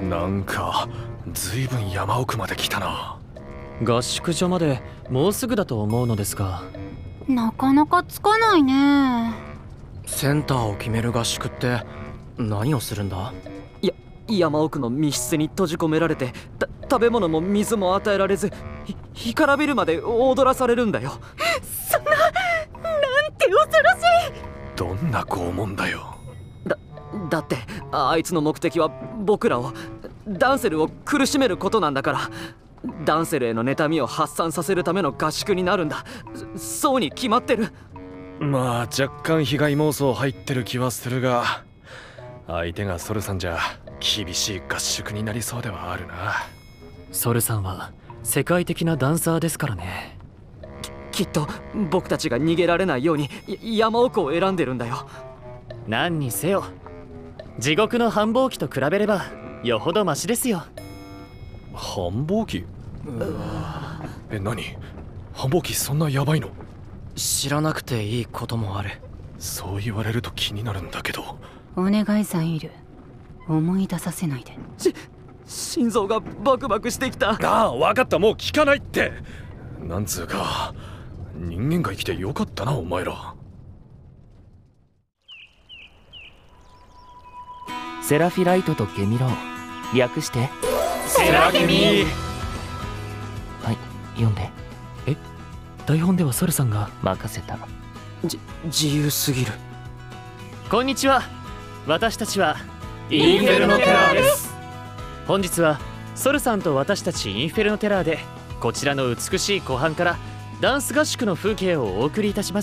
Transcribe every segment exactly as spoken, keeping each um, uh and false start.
なんかずいぶん山奥まで来たな。 合宿所までもうすぐだと思うのですが。 なかなかつかないね。 センターを決める合宿って何をするんだ？ いや、山奥の密室に閉じ込められて、た食べ物も水も与えられず、ひ干からびるまで踊らされるんだよ。 そんな、なんて恐ろしい。 どんな拷問だよ。 だだってあいつの目的は僕らを、ダンセルを苦しめることなんだから。ダンセルへの妬みを発散させるための合宿になるんだ。そうに決まってる。 まあ若干被害妄想入ってる気はするが、相手がソルさんじゃ厳しい合宿になりそうではあるな。 ソルさんは世界的なダンサーですからね。 きっと僕たちが逃げられないように山奥を選んでるんだよ。 何にせよ地獄の繁忙期と比べればよほどマシですよ。 繁忙期？え、何？繁忙期そんなヤバいの？ 知らなくていいこともある。 そう言われると気になるんだけど。 お願いザイール、思い出させないで。 し心臓がバクバクしてきた。 ああ、分かった、もう聞かないって。なんつうか人間が生きてよかったな、お前ら。 セラフィライトとゲミロン、略してセラゲミ。 はい、読んで。 え、台本ではソルさんが。 任せた。 じ自由すぎる。 こんにちは。私たちはインフェルノテラーです。本日はソルさんと私たちインフェルノテラーでこちらの美しい湖畔からダンス合宿の風景をお送りいたします。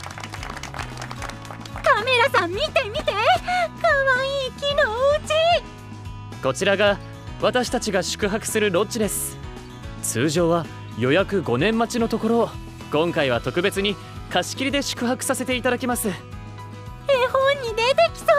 カメラさん見て見て、かわいい木のお家。 こちらが私たちが宿泊するロッジです。通常は予約ごねん待ちのところ、今回は特別に貸し切りで宿泊させていただきます。 絵本に出てきそう。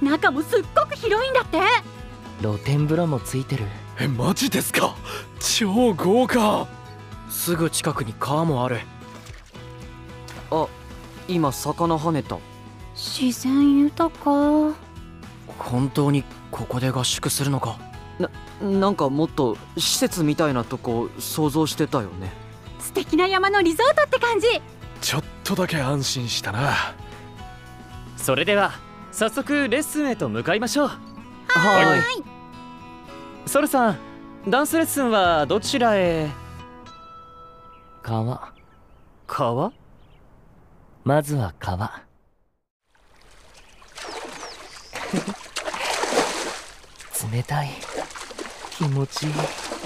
中もすっごく広いんだって。 露天風呂もついてる。 え、マジですか？超豪華。 すぐ近くに川もある。 あ、今魚跳ねた。 自然豊か。 本当にここで合宿するのか？ な、なんかもっと施設みたいなとこ想像してたよね。 素敵な山のリゾートって感じ。 ちょっとだけ安心したな。 それでは早速レッスンへと向かいましょう。 はい。 ソルさん、ダンスレッスンはどちらへ？ 川。 川？ まずは川。冷たい。気持ちいい。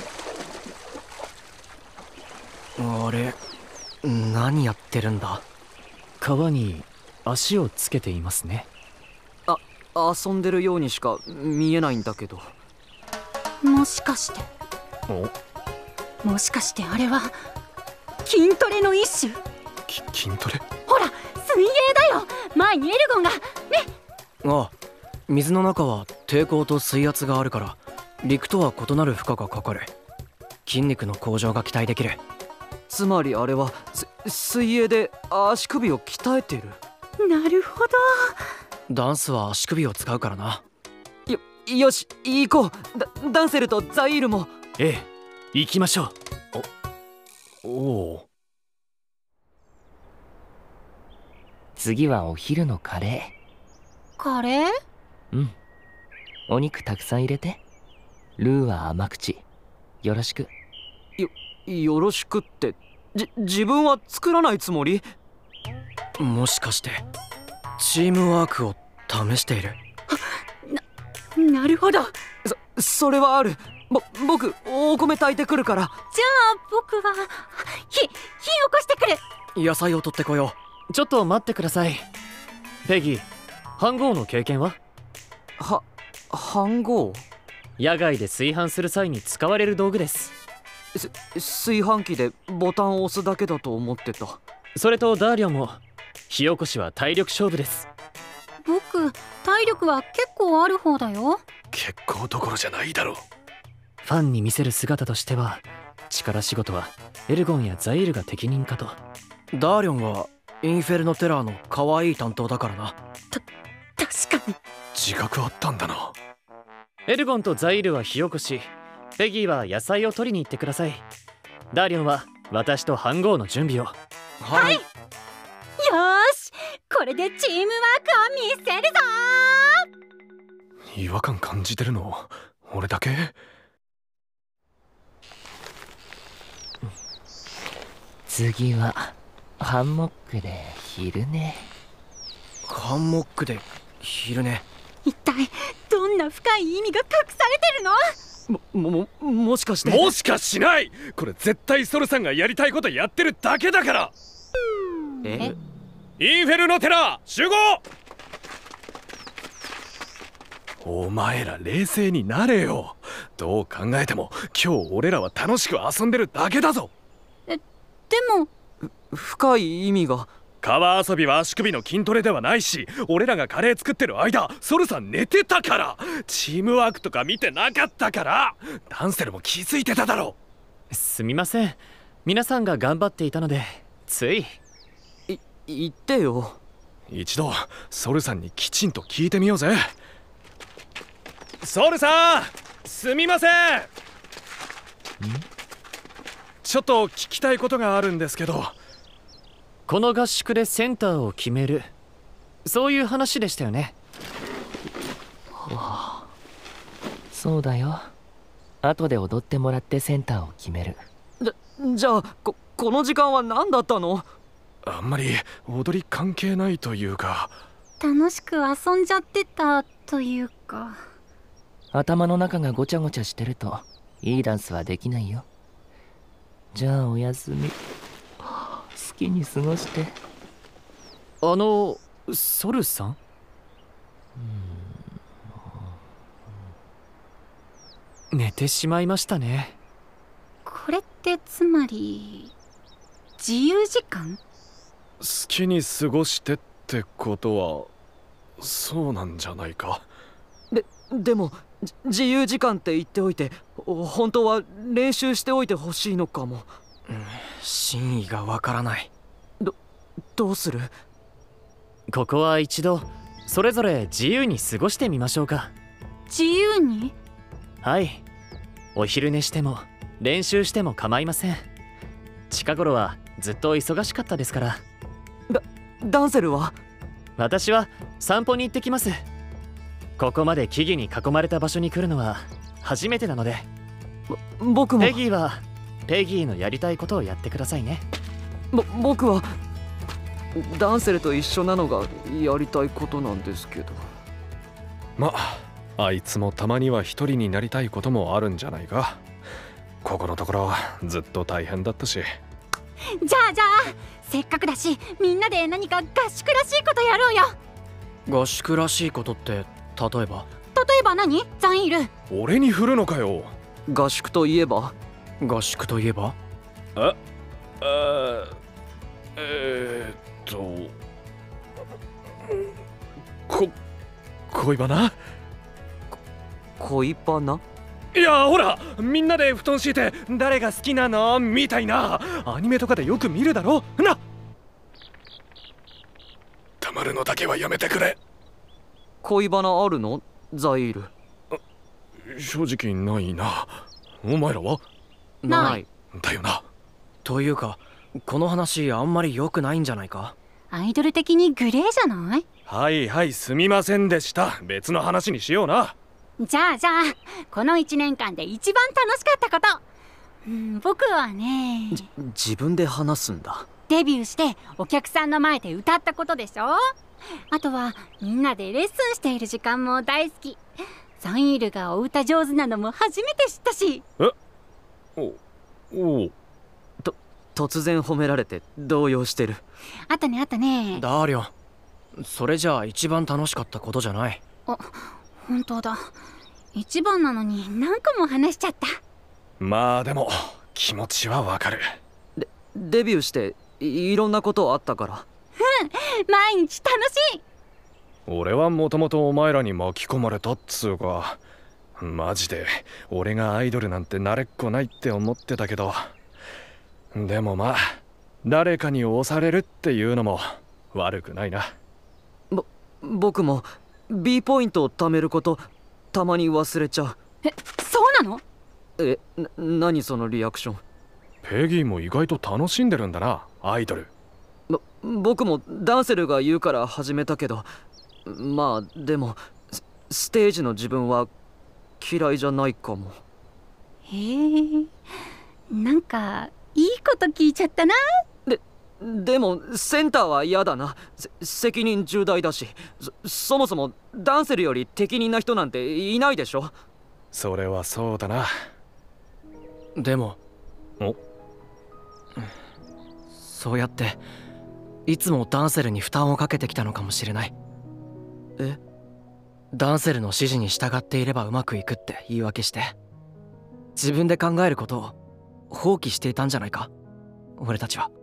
あれ、何やってるんだ？ 川に足をつけていますね。 あ、遊んでるようにしか見えないんだけど。 もしかしておもしかしてあれは筋トレの一種？ き筋トレ？ ほら水泳だよ。前にエルゴンがね。 ああ、水の中は抵抗と水圧があるから陸とは異なる負荷がかかる。筋肉の向上が期待できる。 つまりあれは水泳で足首を鍛えてる。 なるほど。 ダンスは足首を使うからな。 よ、よし行こう。ダ、ダンセルとザイールも。 ええ、行きましょう。 おお。 次はお昼のカレカレー？ ー。うん。お肉たくさん入れて。ルーは甘口。よろしく。 よ、よろしくって、じ、自分は作らないつもり？ もしかしてチームワークを試している？ な、なるほど。 そ、それはある。ぼ、僕お米炊いてくるから。 じゃあ僕は火、火起こしてくる。 野菜を取ってこよちょっと待ってください。ペギー、飯盒の経験は？ は、飯盒？ 野外で炊飯する際に使われる道具です。 す炊飯器でボタンを押すだけだと思ってた。 それとダーリョンも火起こしは体力勝負です。 僕体力は結構ある方だよ。 結構どころじゃないだろう。 ファンに見せる姿としては力仕事はエルゴンやザイールが適任かと。 う。ダーリョンはインフェルノテラーの可愛い担当だからな。 確かに。 自覚あったんだな。 エルゴンとザイールは火起こし、ペギーは野菜を取りに行ってください。ダーリョンは私と飯盒の準備を。 はい、 よーし、これでチームワークを見せるぞ違和感感じてるの俺だけ？ 次はハンモックで昼寝。 ハンモックで昼寝。 一体どんな深い意味が隠されてるの？ ももももしかしてもしかしない。これ絶対ソルさんがやりたいことやってるだけだから。 えインフェルノテラ集合。お前ら冷静になれよ。どう考えても今日俺らは楽しく遊んでるだけだぞ。 でも深い意味が。 川遊びは足首の筋トレではないし、俺らがカレー作ってる間ソルさん寝てたから。チームワークとか見てなかったから。ダンセルも気づいてただろ。 すみません、皆さんが頑張っていたのでつい。 い言ってよ。 一度ソルさんにきちんと聞いてみようぜ。ソルさん、すみません。ちょっと聞きたいことがあるんですけど。 この合宿でセンターを決める、そういう話でしたよね。 そうだよ。後で踊ってもらってセンターを決める。 じゃじゃあここの時間は何だったの？ あんまり踊り関係ないというか。 楽しく遊んじゃってたというか。 頭の中がごちゃごちゃしてるといいダンスはできないよ。じゃあおやすみ。好きに過ごして。 あのソルさん、寝てしまいましたね。 これってつまり自由時間？ 好きに過ごしてってことはそうなんじゃないか。 ででもじ自由時間って言っておいて本当は練習しておいてほしいのかも。 真意がわからない。 どどうする？ ここは一度それぞれ自由に過ごしてみましょうか。 自由に？ はい、お昼寝しても練習しても構いません。近頃はずっと忙しかったですから。 ダダンセルは？ 私は散歩に行ってきます。ここまで木々に囲まれた場所に来るのは初めてなので。 僕も。 ペギーはペギーのやりたいことをやってくださいね。 ぼ僕はダンセルと一緒なのがやりたいことなんですけど。 まあいつもたまには一人になりたいこともあるんじゃないか。ここのところずっと大変だったし。 じゃあじゃあせっかくだしみんなで何か合宿らしいことやろうよ。 合宿らしいことって例えば？ 例えば何？ザイール。 俺に振るのかよ。 合宿といえば？ 合宿といえば？ えええー、っとこ恋バナ？ 恋バナ？ いやほらみんなで布団敷いて誰が好きなのみたいなアニメとかでよく見るだろな。たまるのだけはやめてくれ。 恋バナあるの？ザイール。 正直ないな。お前らは？ ないだよな。 というかこの話あんまり良くないんじゃないか？ アイドル的にグレーじゃない？ はいはいすみませんでした。別の話にしような。 じゃあじゃあこのいちねんかんで一番楽しかったこと、うん、僕はねじ自分で話すんだ。 デビューしてお客さんの前で歌ったことでしょ。あとはみんなでレッスンしている時間も大好き。ザイールがお歌上手なのも初めて知ったし。 えおおと突然褒められて動揺してる。 あとねあとねダーリョン、それじゃあ一番楽しかったことじゃない。 あ、本当だ。一番なのに何個も話しちゃった。 まあでも気持ちはわかる。 でデビューしてい、いろんなことあったから。 うん、毎日楽しい。 俺はもともとお前らに巻き込まれたっつうか、マジで俺がアイドルなんて慣れっこないって思ってたけど、でもまあ誰かに押されるっていうのも悪くないな。 ぼ僕も B ポイントを貯めることたまに忘れちゃう。 え、そうなの？ え、な、何そのリアクション。 ペギーも意外と楽しんでるんだな、アイドル。 ぼ僕もダンセルが言うから始めたけど、まあでもス、ステージの自分は嫌いじゃないかも。 へえ、なんかいいこと聞いちゃったな。 で、でもセンターは嫌だな。責任重大だし、そ、そもそもダンセルより適任な人なんていないでしょ。 それはそうだな。 でもおそうやっていつもダンセルに負担をかけてきたのかもしれない。 え？ ダンセルの指示に従っていればうまくいくって言い訳して自分で考えることを放棄していたんじゃないか、俺たちは。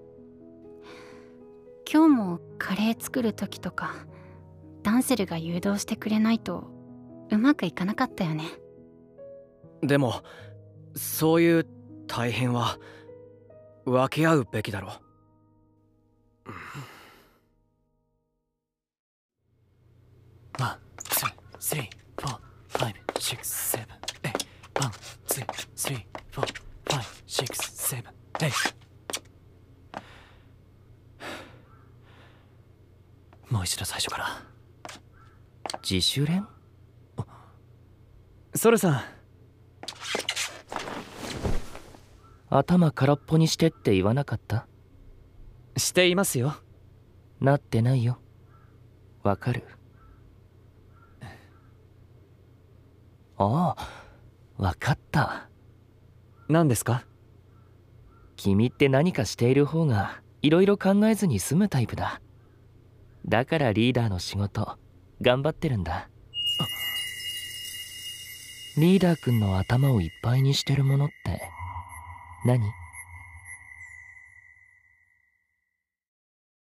今日もカレー作る時とかダンセルが誘導してくれないとうまくいかなかったよね。 でもそういう大変は分け合うべきだろう。 ワン、ツー、スリー、フォー、ファイブ、シックス、セブン、エイト。ワン、ツー、スリー、フォー、ファイブ、シックス、セブン、エイト。もう一度最初から。自主練？ ソルさん、 頭空っぽにしてって言わなかった？ していますよ。 なってないよ。わかる？ああ、わかった。 何ですか？ 君って何かしている方がいろいろ考えずに済むタイプだ。だからリーダーの仕事頑張ってるんだ。リーダーくんの頭をいっぱいにしてるものって何？